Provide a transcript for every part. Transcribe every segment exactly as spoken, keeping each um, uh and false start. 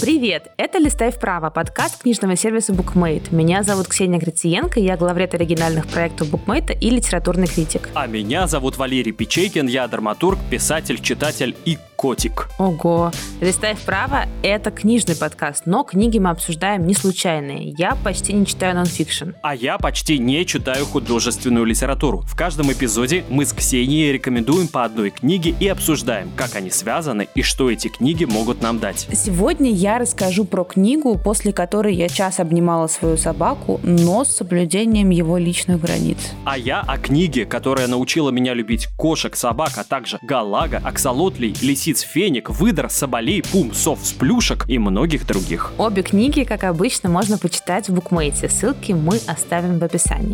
Привет! Это «Листай вправо», подкаст книжного сервиса BookMate. Меня зовут Ксения Грициенко, я главред оригинальных проектов BookMate и литературный критик. А меня зовут Валерий Печейкин, я драматург, писатель, читатель и котик. Ого! «Листай вправо» — это книжный подкаст, но книги мы обсуждаем не случайные. Я почти не читаю нонфикшн. А я почти не читаю художественную литературу. В каждом эпизоде мы с Ксенией рекомендуем по одной книге и обсуждаем, как они связаны и что эти книги могут нам дать. Сегодня я расскажу про книгу, после которой я час обнимала свою собаку, но с соблюдением его личных границ. А я о книге, которая научила меня любить кошек, собак, а также галага, аксолотлей, лисиц, феник, выдр, соболей, пум, сов, сплюшек и многих других. Обе книги, как обычно, можно почитать в BookMate. Ссылки мы оставим в описании.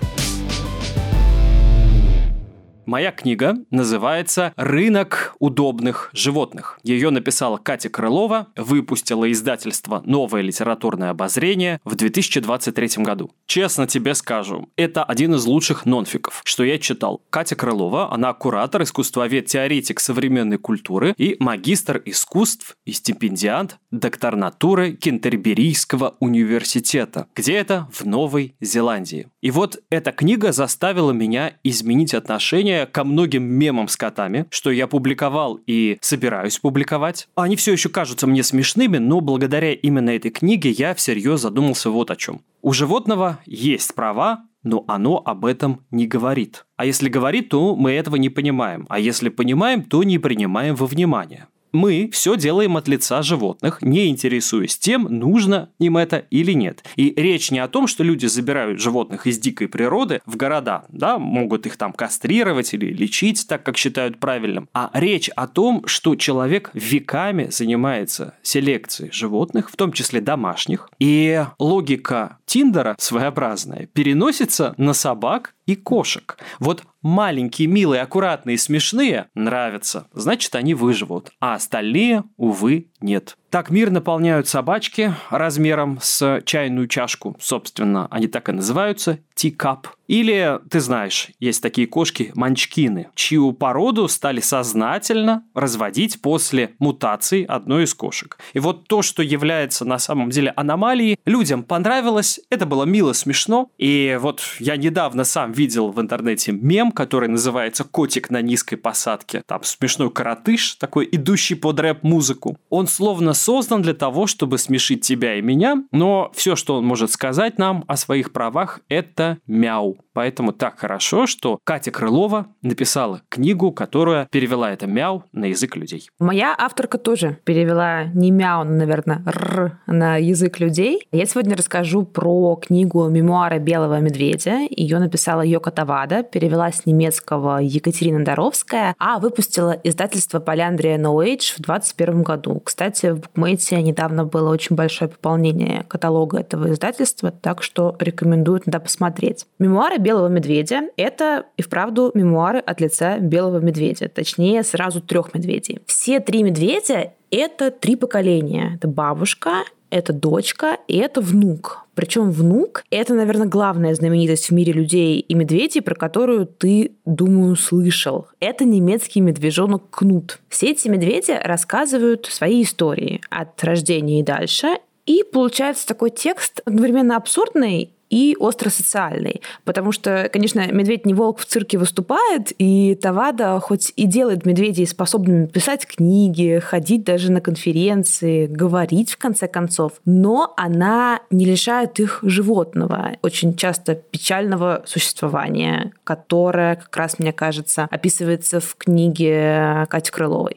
Моя книга называется «Рынок удобных животных». Ее написала Катя Крылова, выпустила издательство «Новое литературное обозрение» в две тысячи двадцать третьем году. Честно тебе скажу, это один из лучших нонфиков, что я читал. Катя Крылова, она куратор, искусствовед-теоретик современной культуры и магистр искусств и стипендиант докторнатуры Кентерберийского университета. Где это? В Новой Зеландии. И вот эта книга заставила меня изменить отношение ко многим мемам с котами, что я публиковал и собираюсь публиковать. Они все еще кажутся мне смешными, но благодаря именно этой книге я всерьез задумался вот о чем. У животного есть права, но оно об этом не говорит. А если говорит, то мы этого не понимаем. А если понимаем, то не принимаем во внимание. Мы все делаем от лица животных, не интересуясь тем, нужно им это или нет. И речь не о том, что люди забирают животных из дикой природы в города, да, могут их там кастрировать или лечить так, как считают правильным, а речь о том, что человек веками занимается селекцией животных, в том числе домашних, и логика Тиндера своеобразная переносится на собак и кошек. Вот маленькие, милые, аккуратные, смешные нравятся, значит, они выживут, а остальные, увы, нет. Так мир наполняют собачки размером с чайную чашку, собственно, они так и называются, teacup. Или, ты знаешь, есть такие кошки манчкины, чью породу стали сознательно разводить после мутации одной из кошек. И вот то, что является на самом деле аномалией, людям понравилось, это было мило, смешно. И вот я недавно сам видел в интернете мем, который называется «Котик на низкой посадке». Там смешной коротыш, такой идущий под рэп-музыку. Он словно создан для того, чтобы смешить тебя и меня, но все, что он может сказать нам о своих правах, это мяу. Поэтому так хорошо, что Катя Крылова написала книгу, которая перевела это мяу на язык людей. Моя авторка тоже перевела не мяу, но, наверное, р на язык людей. Я сегодня расскажу про книгу «Мемуары белого медведя». Ее написала Йоко Тавада, перевела с немецкого Екатерина Доровская, а выпустила издательство Поляндрия No Age в двадцать первом году. Кстати, в BookMate недавно было очень большое пополнение каталога этого издательства, так что рекомендую туда посмотреть. «Мемуары белого медведя» — это и вправду мемуары от лица белого медведя, точнее, сразу трех медведей. Все три медведя — это три поколения. Это бабушка, это дочка и это внук. Причем внук — это, наверное, главная знаменитость в мире людей и медведей, про которую ты, думаю, слышал. Это немецкий медвежонок Кнут. Все эти медведи рассказывают свои истории от рождения и дальше, и получается такой текст одновременно абсурдный и остросоциальный. Потому что, конечно, медведь не волк в цирке выступает, и Тавада хоть и делает медведей способными писать книги, ходить даже на конференции, говорить в конце концов, но она не лишает их животного, очень часто печального существования, которое, как раз, мне кажется, описывается в книге Кати Крыловой.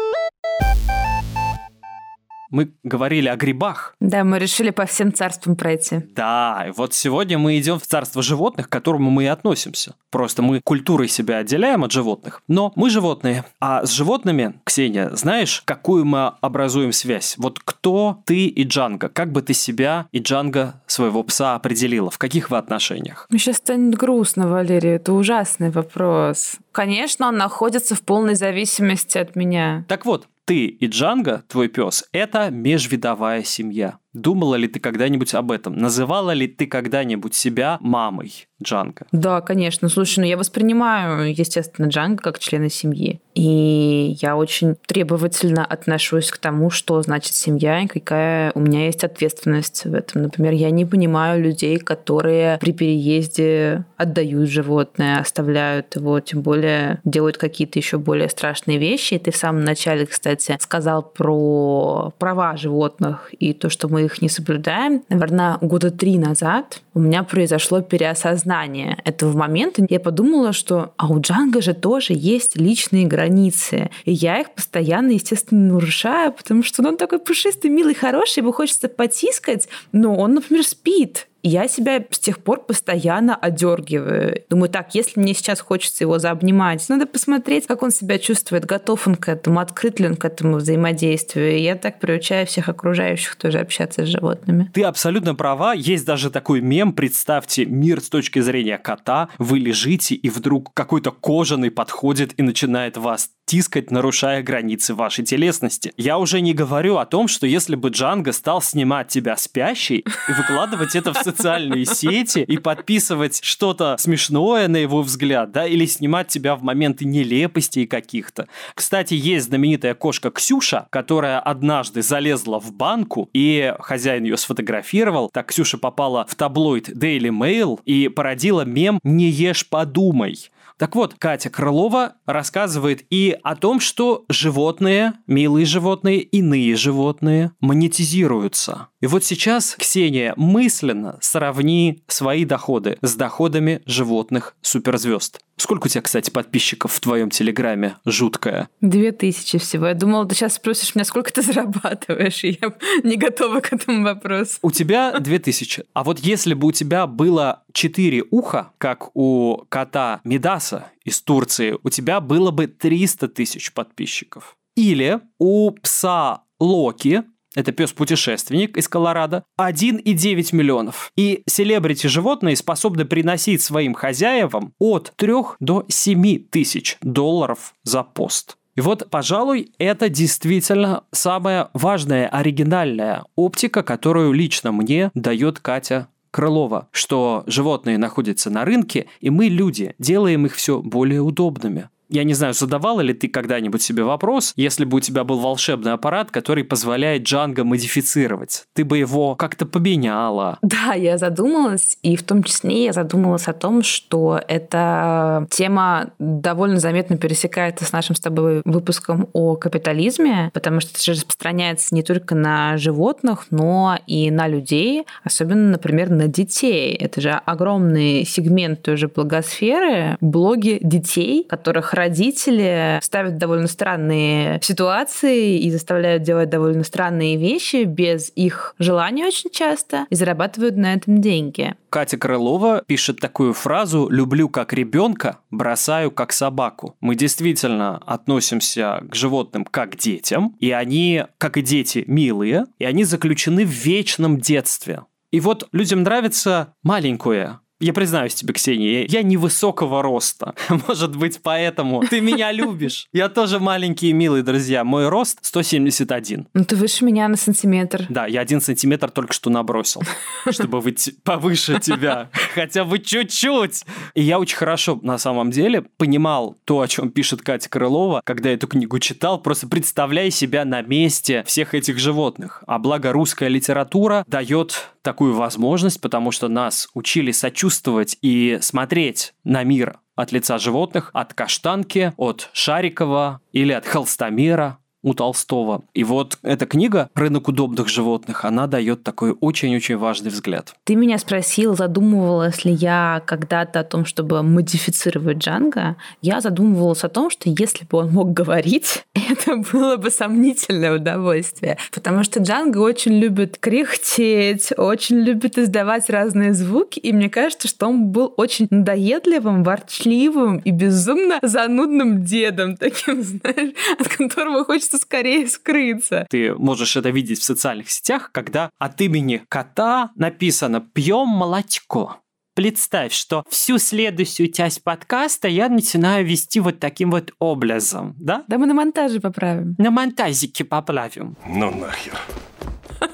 Мы говорили о грибах. Да, мы решили по всем царствам пройти. Да, и вот сегодня мы идем в царство животных, к которому мы и относимся. Просто мы культурой себя отделяем от животных. Но мы животные. А с животными, Ксения, знаешь, какую мы образуем связь? Вот кто ты и Джанго? Как бы ты себя и Джанго, своего пса, определила? В каких вы отношениях? Сейчас станет грустно, Валерий. Это ужасный вопрос. Конечно, он находится в полной зависимости от меня. Так вот, ты и Джанго, твой пес, это межвидовая семья. Думала ли ты когда-нибудь об этом? Называла ли ты когда-нибудь себя мамой Джанго? Да, конечно. Слушай, ну я воспринимаю, естественно, Джанго как члена семьи. И я очень требовательно отношусь к тому, что значит семья, и какая у меня есть ответственность в этом. Например, я не понимаю людей, которые при переезде отдают животное, оставляют его, тем более делают какие-то еще более страшные вещи. И ты в самом начале, кстати, сказал про права животных и то, что мы их не соблюдаем. Наверное, года три назад у меня произошло переосознание этого момента. Я подумала, что а у Джанго же тоже есть личные границы. И я их постоянно, естественно, нарушаю, потому что он такой пушистый, милый, хороший, его хочется потискать, но он, например, спит. Я себя с тех пор постоянно одергиваю. Думаю, так, если мне сейчас хочется его заобнимать, надо посмотреть, как он себя чувствует, готов он к этому, открыт ли он к этому взаимодействию. И я так приучаю всех окружающих тоже общаться с животными. Ты абсолютно права. Есть даже такой мем. Представьте мир с точки зрения кота. Вы лежите, и вдруг какой-то кожаный подходит и начинает вас тискать, нарушая границы вашей телесности. Я уже не говорю о том, что если бы Джанго стал снимать тебя спящей и выкладывать это в социальные сети и подписывать что-то смешное, на его взгляд, да, или снимать тебя в моменты нелепостей каких-то. Кстати, есть знаменитая кошка Ксюша, которая однажды залезла в банку, и хозяин ее сфотографировал. Так Ксюша попала в таблоид Daily Mail и породила мем «Не ешь, подумай». Так вот, Катя Крылова рассказывает и о том, что животные, милые животные, иные животные монетизируются. И вот сейчас, Ксения, мысленно сравни свои доходы с доходами животных суперзвезд. Сколько у тебя, кстати, подписчиков в твоем Телеграме? Жуткое. Две тысячи всего. Я думала, ты сейчас спросишь меня, сколько ты зарабатываешь, и я не готова к этому вопросу. У тебя две тысячи. А вот если бы у тебя было четыре уха, как у кота Мидаса из Турции, у тебя было бы триста тысяч подписчиков. Или у пса Локи, это пес-путешественник из Колорадо, один и девять миллионов. И селебрити-животные способны приносить своим хозяевам от трёх до семи тысяч долларов за пост. И вот, пожалуй, это действительно самая важная, оригинальная оптика, которую лично мне дает Катя Крылова, что животные находятся на рынке, и мы, люди, делаем их все более удобными. Я не знаю, задавала ли ты когда-нибудь себе вопрос, если бы у тебя был волшебный аппарат, который позволяет Джанго модифицировать, ты бы его как-то поменяла? Да, я задумалась, и в том числе я задумалась о том, что эта тема довольно заметно пересекается с нашим с тобой выпуском о капитализме, потому что это же распространяется не только на животных, но и на людей, особенно, например, на детей. Это же огромный сегмент той же блогосферы, блоги детей, которых родители ставят довольно странные ситуации и заставляют делать довольно странные вещи без их желания очень часто и зарабатывают на этом деньги. Катя Крылова пишет такую фразу «люблю как ребенка, бросаю как собаку». Мы действительно относимся к животным как к детям, и они, как и дети, милые, и они заключены в вечном детстве. И вот людям нравится маленькое. Я признаюсь тебе, Ксения, я невысокого роста. Может быть, поэтому ты меня любишь. Я тоже маленький и милый, друзья. Мой рост сто семьдесят один. Ну, ты выше меня на сантиметр. Да, я один сантиметр только что набросил, чтобы быть повыше тебя. Хотя бы чуть-чуть. И я очень хорошо, на самом деле, понимал то, о чем пишет Катя Крылова, когда эту книгу читал. Просто представляй себя на месте всех этих животных. А благо русская литература дает такую возможность, потому что нас учили сочувствовать и смотреть на мир от лица животных, от Каштанки, от Шарикова или от Холстомера у Толстого. И вот эта книга «Рынок удобных животных», она дает такой очень-очень важный взгляд. Ты меня спросил, задумывалась ли я когда-то о том, чтобы модифицировать Джанго. Я задумывалась о том, что если бы он мог говорить, это было бы сомнительное удовольствие. Потому что Джанго очень любит кряхтеть, очень любит издавать разные звуки, и мне кажется, что он был очень надоедливым, ворчливым и безумно занудным дедом, таким, знаешь, от которого хочется скорее скрыться. Ты можешь это видеть в социальных сетях, когда от имени кота написано «пьем молочко». Представь, что всю следующую часть подкаста я начинаю вести вот таким вот образом, да? Да мы на монтаже поправим. На монтазике поправим. Ну нахер.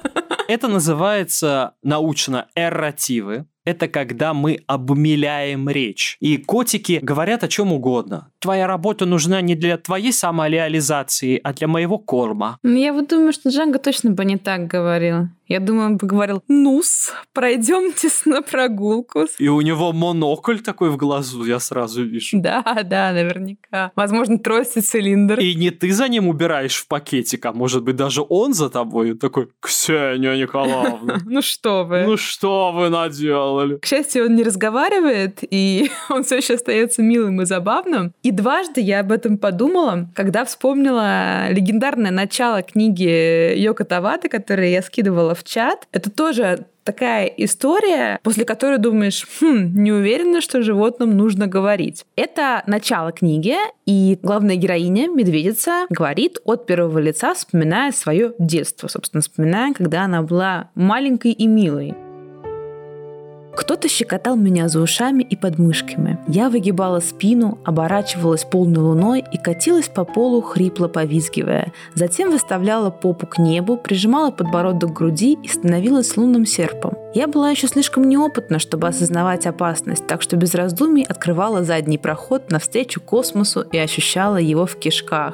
Это называется научно эрративы. Это когда мы обмеляем речь. И котики говорят о чем угодно. Твоя работа нужна не для твоей самореализации, а для моего корма. Я вот думаю, что Джанго точно бы не так говорил. Я думаю, он бы говорил: ну-с, пройдемте на прогулку. И у него монокль такой в глазу, я сразу вижу. Да, да, наверняка. Возможно, трости, цилиндр. И не ты за ним убираешь в пакетик, а может быть даже он за тобой. Такой: Ксения Николаевна. Ну что вы. Ну что вы наделали? К счастью, он не разговаривает, и он все еще остается милым и забавным. И дважды я об этом подумала, когда вспомнила легендарное начало книги Йоко Тавады, которую я скидывала в чат. Это тоже такая история, после которой думаешь: хм, не уверена, что животным нужно говорить. Это начало книги, и главная героиня, медведица, говорит от первого лица, вспоминая свое детство, собственно, вспоминая, когда она была маленькой и милой. Кто-то щекотал меня за ушами и подмышками. Я выгибала спину, оборачивалась полной луной и катилась по полу, хрипло повизгивая. Затем выставляла попу к небу, прижимала подбородок к груди и становилась лунным серпом. Я была еще слишком неопытна, чтобы осознавать опасность, так что без раздумий открывала задний проход навстречу космосу и ощущала его в кишках.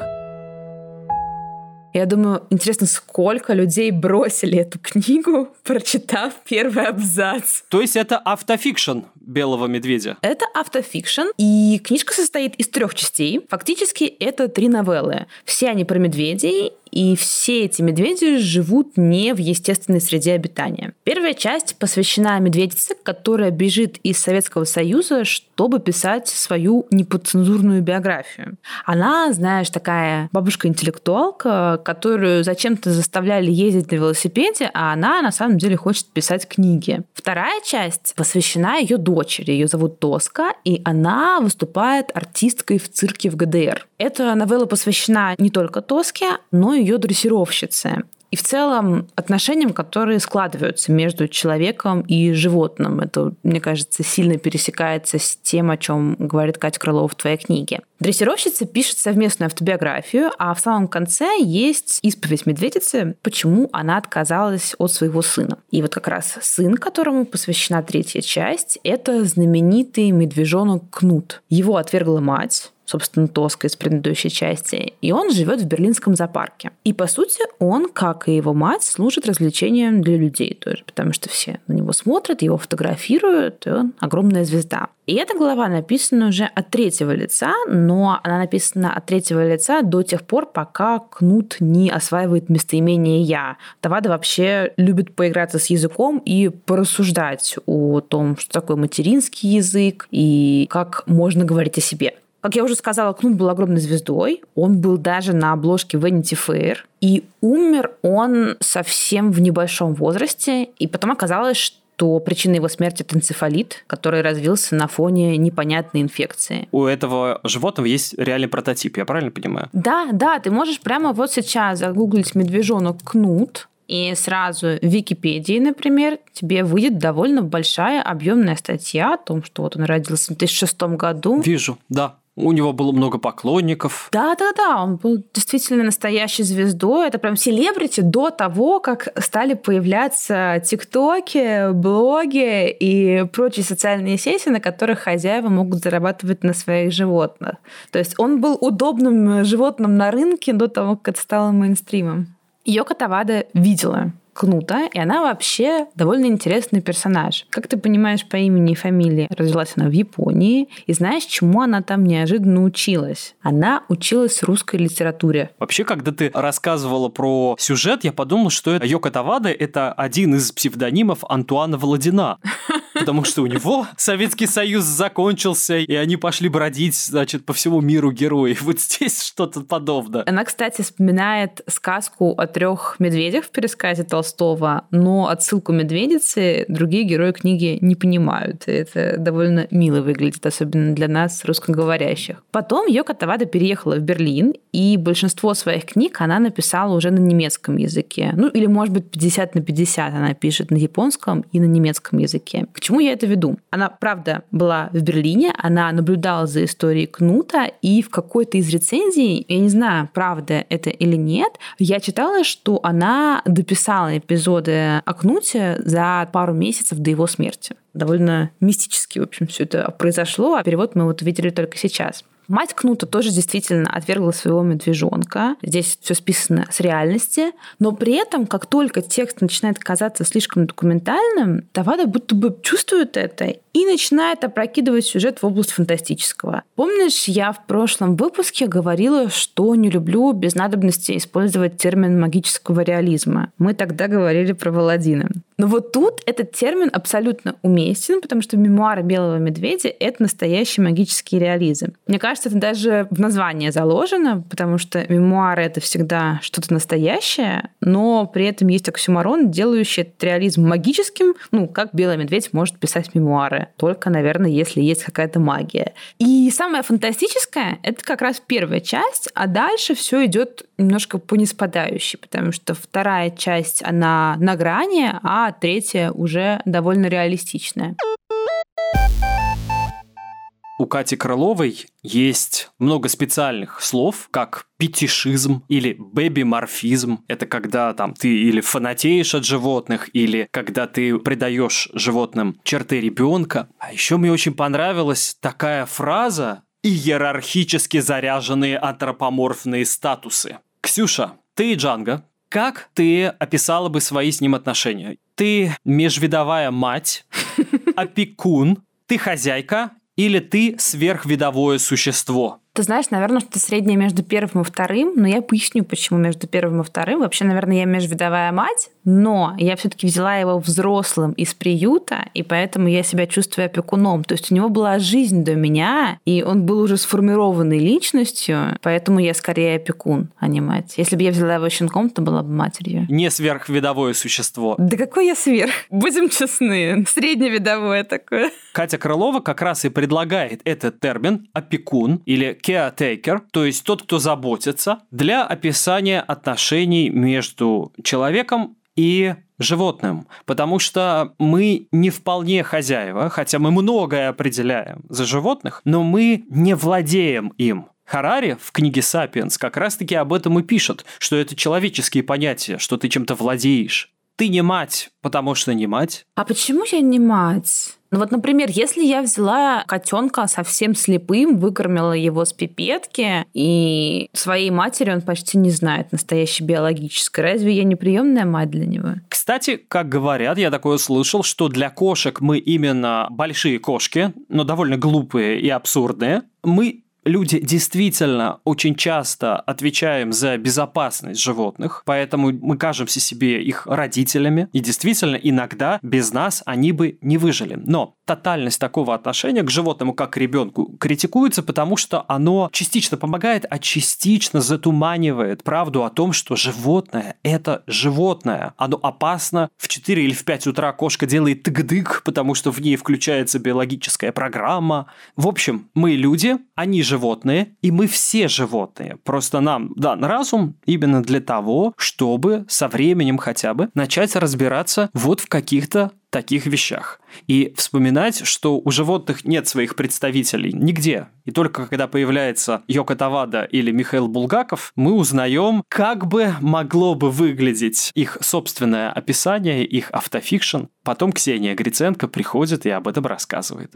Я думаю, интересно, сколько людей бросили эту книгу, прочитав первый абзац. То есть это автофикшн «Белого медведя». Это автофикшн, и книжка состоит из трех частей. Фактически это три новеллы. Все они про медведей, и все эти медведи живут не в естественной среде обитания. Первая часть посвящена медведице, которая бежит из Советского Союза, чтобы писать свою неподцензурную биографию. Она, знаешь, такая бабушка-интеллектуалка, которую зачем-то заставляли ездить на велосипеде, а она на самом деле хочет писать книги. Вторая часть посвящена ее дочери. Ее зовут Тоска, и она выступает артисткой в цирке в ГДР. Эта новелла посвящена не только Тоске, но и ее дрессировщице. И в целом отношениям, которые складываются между человеком и животным. Это, мне кажется, сильно пересекается с тем, о чем говорит Катя Крылова в твоей книге. Дрессировщица пишет совместную автобиографию, а в самом конце есть исповедь медведицы, почему она отказалась от своего сына. И вот как раз сын, которому посвящена третья часть, это знаменитый медвежонок Кнут. Его отвергла мать, собственно, Тоска из предыдущей части, и он живет в берлинском зоопарке. И, по сути, он, как и его мать, служит развлечением для людей тоже, потому что все на него смотрят, его фотографируют, и он огромная звезда. И эта глава написана уже от третьего лица, но она написана от третьего лица до тех пор, пока Кнут не осваивает местоимение «я». Тавада вообще любит поиграться с языком и порассуждать о том, что такое материнский язык и как можно говорить о себе. Как я уже сказала, Кнут был огромной звездой. Он был даже на обложке Vanity Fair. И умер он совсем в небольшом возрасте. И потом оказалось, что причиной его смерти – это энцефалит, который развился на фоне непонятной инфекции. У этого животного есть реальный прототип, я правильно понимаю? Да, да, ты можешь прямо вот сейчас загуглить медвежонок Кнут, и сразу в Википедии, например, тебе выйдет довольно большая объемная статья о том, что вот он родился в две тысячи шестом году. Вижу, да. У него было много поклонников. Да-да-да, он был действительно настоящей звездой. Это прям селебрити до того, как стали появляться тиктоки, блоги и прочие социальные сети, на которых хозяева могут зарабатывать на своих животных. То есть он был удобным животным на рынке до того, как это стало мейнстримом. Йоко Тавада видела Кнута, и она вообще довольно интересный персонаж. Как ты понимаешь по имени и фамилии, родилась она в Японии, и знаешь, чему она там неожиданно училась? Она училась русской литературе. Вообще, когда ты рассказывала про сюжет, я подумал, что Йоко Тавада – это один из псевдонимов Антуана Володина. Потому что у него Советский Союз закончился, и они пошли бродить, значит, по всему миру героев. Вот здесь что-то подобное. Она, кстати, вспоминает сказку о трех медведях в пересказе Толстого, но отсылку медведицы другие герои книги не понимают. Это довольно мило выглядит, особенно для нас, русскоговорящих. Потом Йоко Тавада переехала в Берлин, и большинство своих книг она написала уже на немецком языке. Ну, или, может быть, пятьдесят на пятьдесят она пишет на японском и на немецком языке. К чему я это веду? Она, правда, была в Берлине, она наблюдала за историей Кнута, и в какой-то из рецензий, я не знаю, правда это или нет, я читала, что она дописала эпизоды о Кнуте за пару месяцев до его смерти. Довольно мистически, в общем, все это произошло, а перевод мы вот увидели только сейчас. Мать Кнута тоже действительно отвергла своего медвежонка. Здесь все списано с реальности. Но при этом, как только текст начинает казаться слишком документальным, Тавада будто бы чувствует это и начинает опрокидывать сюжет в область фантастического. Помнишь, я в прошлом выпуске говорила, что не люблю без надобности использовать термин магического реализма. Мы тогда говорили про Володина. Но вот тут этот термин абсолютно уместен, потому что мемуары «Белого медведя» — это настоящий магический реализм. Мне кажется, это даже в названии заложено, потому что мемуары — это всегда что-то настоящее, но при этом есть оксюморон, делающий этот реализм магическим, ну, как «Белый медведь» может писать мемуары. Только, наверное, если есть какая-то магия. И самое фантастическое — это как раз первая часть, а дальше все идет немножко по ниспадающей, потому что вторая часть, она на грани, а третья уже довольно реалистичная. У Кати Крыловой есть много специальных слов, как петишизм или бэби-морфизм. Это когда там ты или фанатеешь от животных, или когда ты придаешь животным черты ребенка. А еще мне очень понравилась такая фраза «иерархически заряженные антропоморфные статусы». Ксюша, ты и Джанго, как ты описала бы свои с ним отношения? Ты межвидовая мать, опекун, ты хозяйка или ты сверхвидовое существо? Ты знаешь, наверное, что-то среднее между первым и вторым, но я поясню, почему между первым и вторым. Вообще, наверное, я межвидовая мать, но я все-таки взяла его взрослым из приюта, и поэтому я себя чувствую опекуном. То есть у него была жизнь до меня, и он был уже сформированной личностью, поэтому я скорее опекун, а не мать. Если бы я взяла его щенком, то была бы матерью. Не сверхвидовое существо. Да какой я сверх? Будем честны. Средневидовое такое. Катя Крылова как раз и предлагает этот термин «опекун» или caretaker, то есть тот, кто заботится, для описания отношений между человеком и животным, потому что мы не вполне хозяева, хотя мы многое определяем за животных, но мы не владеем им. Харари в книге «Сапиенс» как раз-таки об этом и пишет, что это человеческие понятия, что ты чем-то владеешь. Ты не мать, потому что не мать. А почему я не мать? Ну вот, например, если я взяла котенка совсем слепым, выкормила его с пипетки, и своей матери он почти не знает настоящей биологической, разве я не приемная мать для него? Кстати, как говорят, я такое слышал, что для кошек мы именно большие кошки, но довольно глупые и абсурдные. Мы люди действительно очень часто отвечаем за безопасность животных, поэтому мы кажемся себе их родителями, и действительно иногда без нас они бы не выжили. Но тотальность такого отношения к животному как к ребенку критикуется, потому что оно частично помогает, а частично затуманивает правду о том, что животное – это животное. Оно опасно. В четыре или в пять утра кошка делает тык-дык, потому что в ней включается биологическая программа. В общем, мы люди, они животные, и мы все животные. Просто нам дан разум именно для того, чтобы со временем хотя бы начать разбираться вот в каких-то таких вещах. И вспоминать, что у животных нет своих представителей нигде. И только когда появляется Йоко Тавада или Михаил Булгаков, мы узнаем, как бы могло бы выглядеть их собственное описание, их автофикшн. Потом Ксения Гриценко приходит и об этом рассказывает.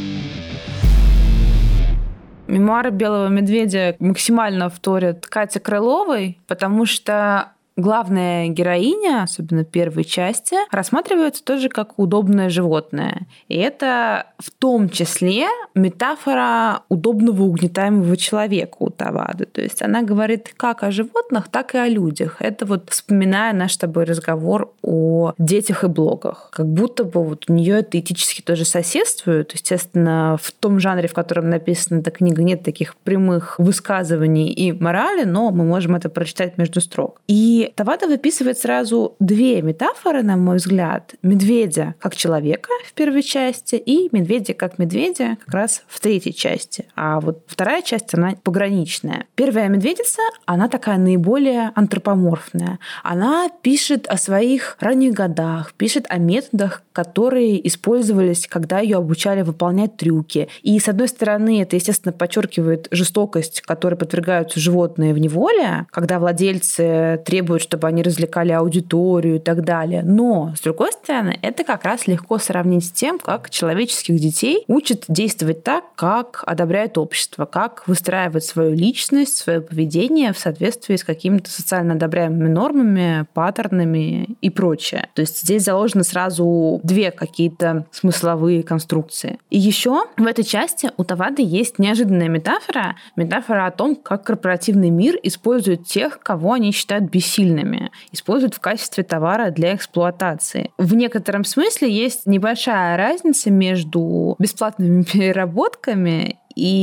Мемуары «Белого медведя» максимально вторят Кате Крыловой, потому что главная героиня, особенно первой части, рассматривается тоже как удобное животное. И это в том числе метафора удобного угнетаемого человека у Тавады. То есть она говорит как о животных, так и о людях. Это вот вспоминая наш с тобой разговор о детях и блогах. Как будто бы вот у нее это этически тоже соседствует. Естественно, в том жанре, в котором написана эта книга, нет таких прямых высказываний и морали, но мы можем это прочитать между строк. И Тавада выписывает сразу две метафоры, на мой взгляд. Медведя как человека в первой части и медведя как медведя как раз в третьей части. А вот вторая часть, она пограничная. Первая медведица, она такая наиболее антропоморфная. Она пишет о своих ранних годах, пишет о методах, которые использовались, когда ее обучали выполнять трюки. И, с одной стороны, это, естественно, подчеркивает жестокость, которой подвергаются животные в неволе, когда владельцы требуют, чтобы они развлекали аудиторию и так далее. Но, с другой стороны, это как раз легко сравнить с тем, как человеческих детей учат действовать так, как одобряет общество, как выстраивать свою личность, свое поведение в соответствии с какими-то социально одобряемыми нормами, паттернами и прочее. То есть здесь заложены сразу две какие-то смысловые конструкции. И еще в этой части у Тавады есть неожиданная метафора, метафора о том, как корпоративный мир использует тех, кого они считают бессильными, использует в качестве товара для эксплуатации. В некотором смысле есть небольшая разница между бесплатными переработками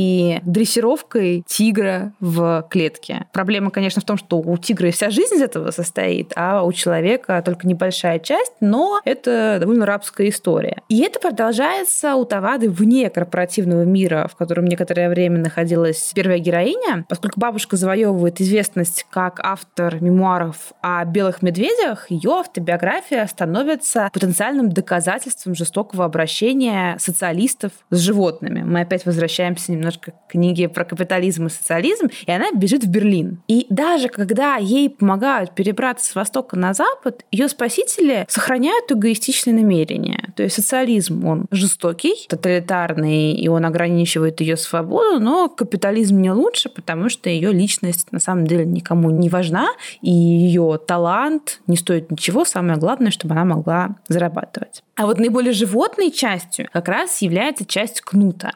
и дрессировкой тигра в клетке. Проблема, конечно, в том, что у тигра вся жизнь из этого состоит, а у человека только небольшая часть, но это довольно рабская история. И это продолжается у Тавады вне корпоративного мира, в котором некоторое время находилась первая героиня. Поскольку бабушка завоевывает известность как автор мемуаров о белых медведях, ее автобиография становится потенциальным доказательством жестокого обращения социалистов с животными. Мы опять возвращаемся немножко к книге про капитализм и социализм, и она бежит в Берлин. И даже когда ей помогают перебраться с востока на запад, ее спасители сохраняют эгоистичные намерения. То есть социализм, он жестокий, тоталитарный, и он ограничивает ее свободу, но капитализм не лучше, потому что ее личность на самом деле никому не важна, и ее талант не стоит ничего, самое главное, чтобы она могла зарабатывать. А вот наиболее животной частью как раз является часть Кнута.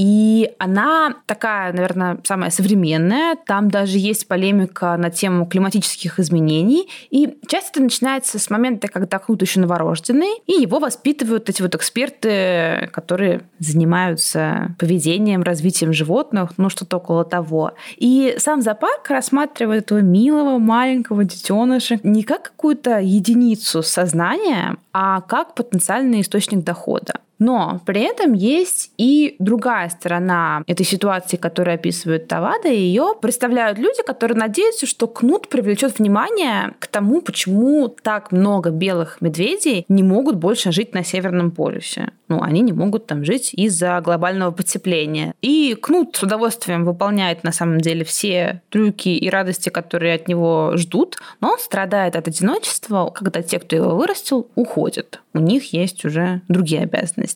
И она такая, наверное, самая современная. Там даже есть полемика на тему климатических изменений. И часть это начинается с момента, когда Кнут еще новорожденный, и его воспитывают эти вот эксперты, которые занимаются поведением, развитием животных, ну что-то около того. И сам зоопарк рассматривает этого милого маленького детеныша не как какую-то единицу сознания, а как потенциальный источник дохода. Но при этом есть и другая сторона этой ситуации, которую описывает Тавада, и ее представляют люди, которые надеются, что Кнут привлечет внимание к тому, почему так много белых медведей не могут больше жить на Северном полюсе. Ну, они не могут там жить из-за глобального потепления. И Кнут с удовольствием выполняет на самом деле все трюки и радости, которые от него ждут, но он страдает от одиночества, когда те, кто его вырастил, уходят. У них есть уже другие обязанности.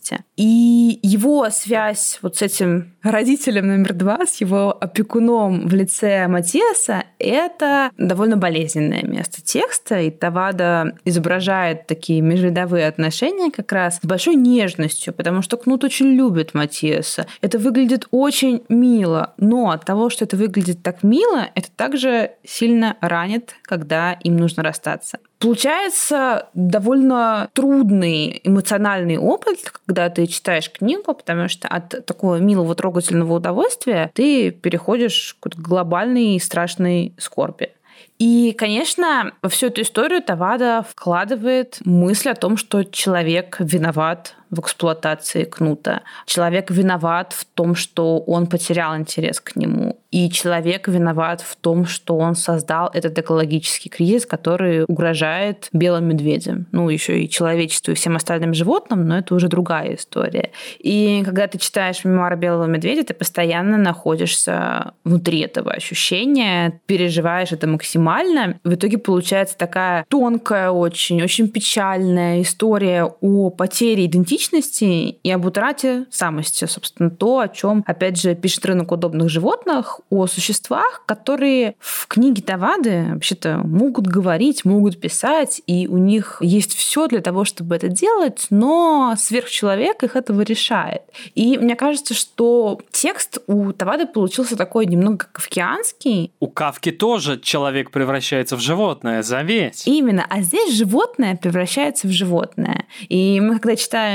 И его связь вот с этим родителем номер два, с его опекуном в лице Матиаса, это довольно болезненное место текста, и Тавада изображает такие межрядовые отношения как раз с большой нежностью, потому что Кнут очень любит Матиаса. Это выглядит очень мило, но от того, что это выглядит так мило, это также сильно ранит, когда им нужно расстаться. Получается довольно трудный эмоциональный опыт, когда ты читаешь книгу, потому что от такого милого, трогательного удовольствия ты переходишь к глобальной и страшной скорби. И, конечно, во всю эту историю Тавада вкладывает мысль о том, что человек виноват в эксплуатации Кнута. Человек виноват в том, что он потерял интерес к нему. И человек виноват в том, что он создал этот экологический кризис, который угрожает белым медведям. Ну, еще и человечеству, и всем остальным животным, но это уже другая история. И когда ты читаешь мемуары белого медведя, ты постоянно находишься внутри этого ощущения, переживаешь это максимально. В итоге получается такая тонкая, очень, очень печальная история о потере идентичности и об утрате самости. Собственно, то, о чем, опять же, пишет «Рынок удобных животных», о существах, которые в книге Тавады вообще-то могут говорить, могут писать, и у них есть все для того, чтобы это делать, но сверхчеловек их этого решает. И мне кажется, что текст у Тавады получился такой немного кафкианский. У Кафки тоже человек превращается в животное, заметь. Именно. А здесь животное превращается в животное. И мы, когда читаем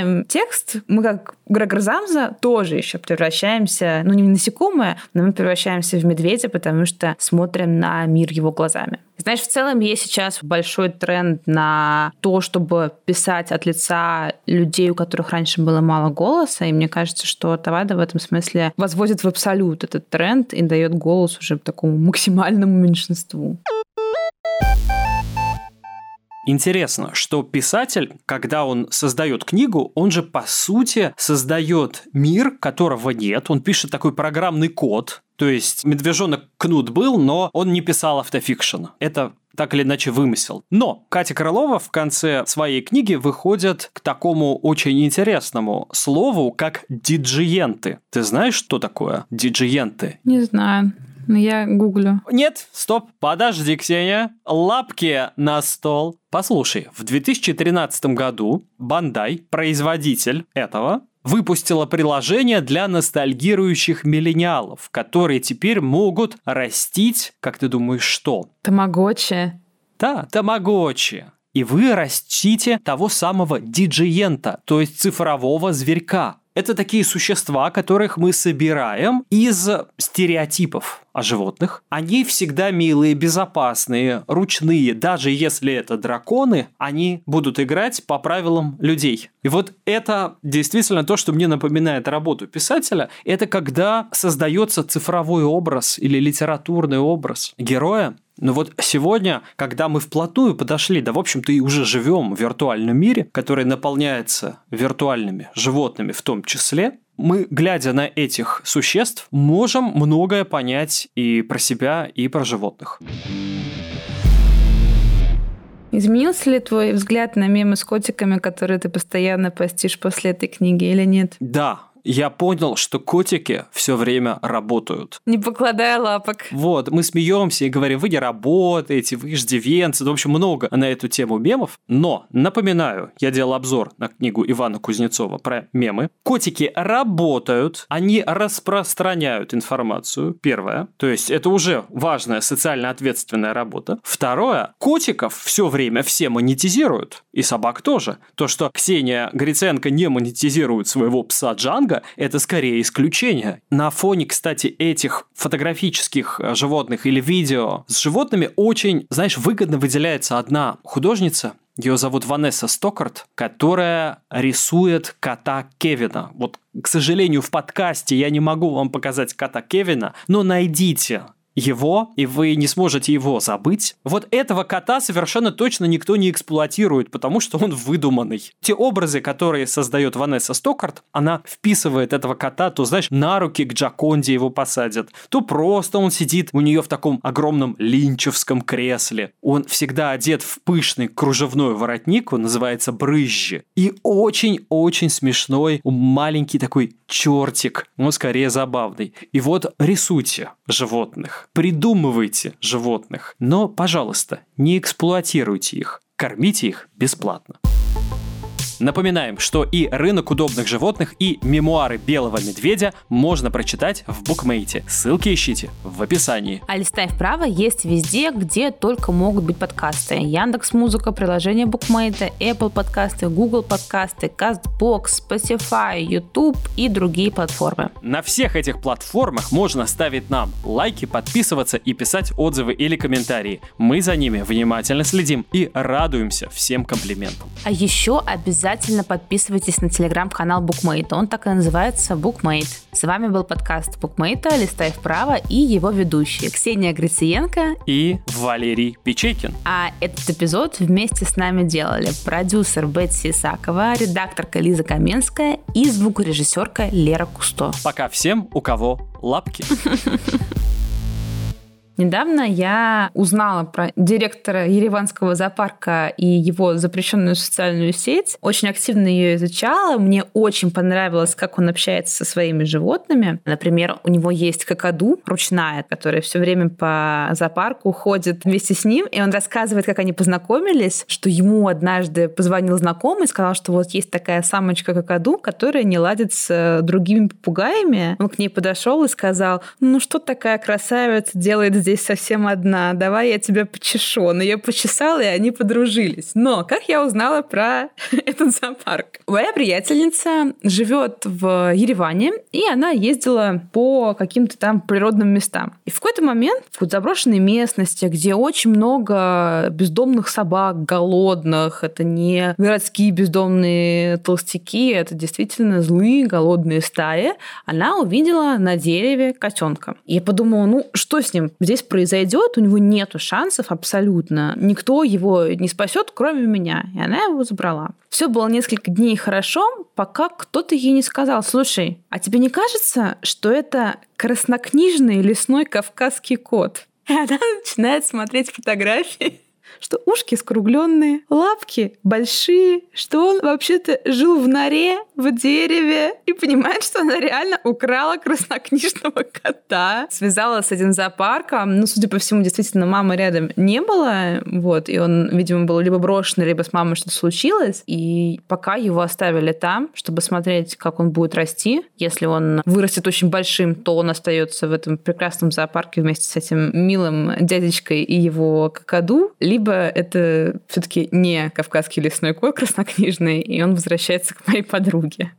читаем текст, мы как Грегор Замза тоже еще превращаемся, ну не в насекомое, но мы превращаемся в медведя, потому что смотрим на мир его глазами. Знаешь, в целом есть сейчас большой тренд на то, чтобы писать от лица людей, у которых раньше было мало голоса, и мне кажется, что Тавада в этом смысле возводит в абсолют этот тренд и дает голос уже такому максимальному меньшинству. Интересно, что писатель, когда он создает книгу, он же по сути создает мир, которого нет. Он пишет такой программный код. То есть медвежонок Кнут был, но он не писал автофикшн. Это так или иначе вымысел. Но Катя Крылова в конце своей книги выходит к такому очень интересному слову, как диджиенты. Ты знаешь, что такое диджиенты? Не знаю. Но я гуглю. Нет, стоп, подожди, Ксения. Лапки на стол. Послушай, в две тысячи тринадцатом году Бандай, производитель этого, выпустила приложение для ностальгирующих миллениалов, которые теперь могут растить, как ты думаешь, что? Тамагочи. Да, тамагочи. И вы растите того самого диджиента, то есть цифрового зверька. Это такие существа, которых мы собираем из стереотипов о животных. Они всегда милые, безопасные, ручные. Даже если это драконы, они будут играть по правилам людей. И вот это действительно то, что мне напоминает работу писателя. Это когда создается цифровой образ или литературный образ героя. Но вот сегодня, когда мы вплотную подошли, да, в общем-то, и уже живем в виртуальном мире, который наполняется виртуальными животными в том числе, мы, глядя на этих существ, можем многое понять и про себя, и про животных. Изменился ли твой взгляд на мемы с котиками, которые ты постоянно постишь после этой книги, или нет? Да. Я понял, что котики все время работают. Не покладая лапок. Вот, мы смеемся и говорим, вы не работаете, вы иждивенцы. В общем, много на эту тему мемов. Но, напоминаю, я делал обзор на книгу Ивана Кузнецова про мемы. Котики работают, они распространяют информацию, первое. То есть, это уже важная социально ответственная работа. Второе, котиков все время все монетизируют. И собак тоже. То, что Ксения Гриценко не монетизирует своего пса Джанго, это скорее исключение. На фоне, кстати, этих фотографических животных или видео с животными очень, знаешь, выгодно выделяется одна художница. Ее зовут Ванесса Стокарт, которая рисует кота Кевина. Вот, к сожалению, в подкасте я не могу вам показать кота Кевина, но найдите его, и вы не сможете его забыть. Вот этого кота совершенно точно никто не эксплуатирует, потому что он выдуманный. Те образы, которые создает Ванесса Стокарт, она вписывает этого кота, то, знаешь, на руки к Джаконде его посадят, то просто он сидит у нее в таком огромном линчевском кресле. Он всегда одет в пышный кружевной воротник, он называется брызжи. И очень-очень смешной, маленький такой чертик, но скорее забавный. И вот рисуйте животных. Придумывайте животных, но, пожалуйста, не эксплуатируйте их, кормите их бесплатно. Напоминаем, что и «Рынок удобных животных», и «Мемуары белого медведя» можно прочитать в Букмейте. Ссылки ищите в описании. А «Листай вправо» есть везде, где только могут быть подкасты. Яндекс.Музыка, приложение Букмейта, Apple подкасты, Google подкасты, Castbox, Spotify, YouTube и другие платформы. На всех этих платформах можно ставить нам лайки, подписываться и писать отзывы или комментарии. Мы за ними внимательно следим и радуемся всем комплиментам. А еще обязательно Обязательно подписывайтесь на телеграм-канал Букмейта. Он так и называется Букмейт. С вами был подкаст Букмейта «Листай вправо» и его ведущие Ксения Грициенко и Валерий Печейкин. А этот эпизод вместе с нами делали продюсер Бетси Исакова, редакторка Лиза Каменская и звукорежиссерка Лера Кусто. Пока всем, у кого лапки. Недавно я узнала про директора Ереванского зоопарка и его запрещенную социальную сеть. Очень активно ее изучала. Мне очень понравилось, как он общается со своими животными. Например, у него есть какаду ручная, которая все время по зоопарку ходит вместе с ним, и он рассказывает, как они познакомились, что ему однажды позвонил знакомый и сказал, что вот есть такая самочка какаду, которая не ладит с другими попугаями. Он к ней подошел и сказал: ну что такая красавица делает здесь здесь совсем одна, давай я тебя почешу. Он ее почесал, и они подружились. Но как я узнала про этот зоопарк? Моя приятельница живет в Ереване, и она ездила по каким-то там природным местам. И в какой-то момент в какой-то заброшенной местности, где очень много бездомных собак, голодных, это не городские бездомные толстяки, это действительно злые голодные стаи, она увидела на дереве котенка. И я подумала, ну что с ним здесь произойдет? У него нету шансов абсолютно. Никто его не спасет, кроме меня. И она его забрала. Все было несколько дней хорошо, пока кто-то ей не сказал: слушай, а тебе не кажется, что это краснокнижный лесной кавказский кот? И она начинает смотреть фотографии, что ушки скругленные, лапки большие, что он вообще-то жил в норе, в дереве, и понимает, что она реально украла краснокнижного кота. Связала с этим зоопарком. Ну, судя по всему, действительно, мамы рядом не было. Вот, и он, видимо, был либо брошен, либо с мамой что-то случилось. И пока его оставили там, чтобы смотреть, как он будет расти. Если он вырастет очень большим, то он остается в этом прекрасном зоопарке вместе с этим милым дядечкой и его какаду. Либо это все-таки не кавказский лесной кот краснокнижный, и он возвращается к моей подруге.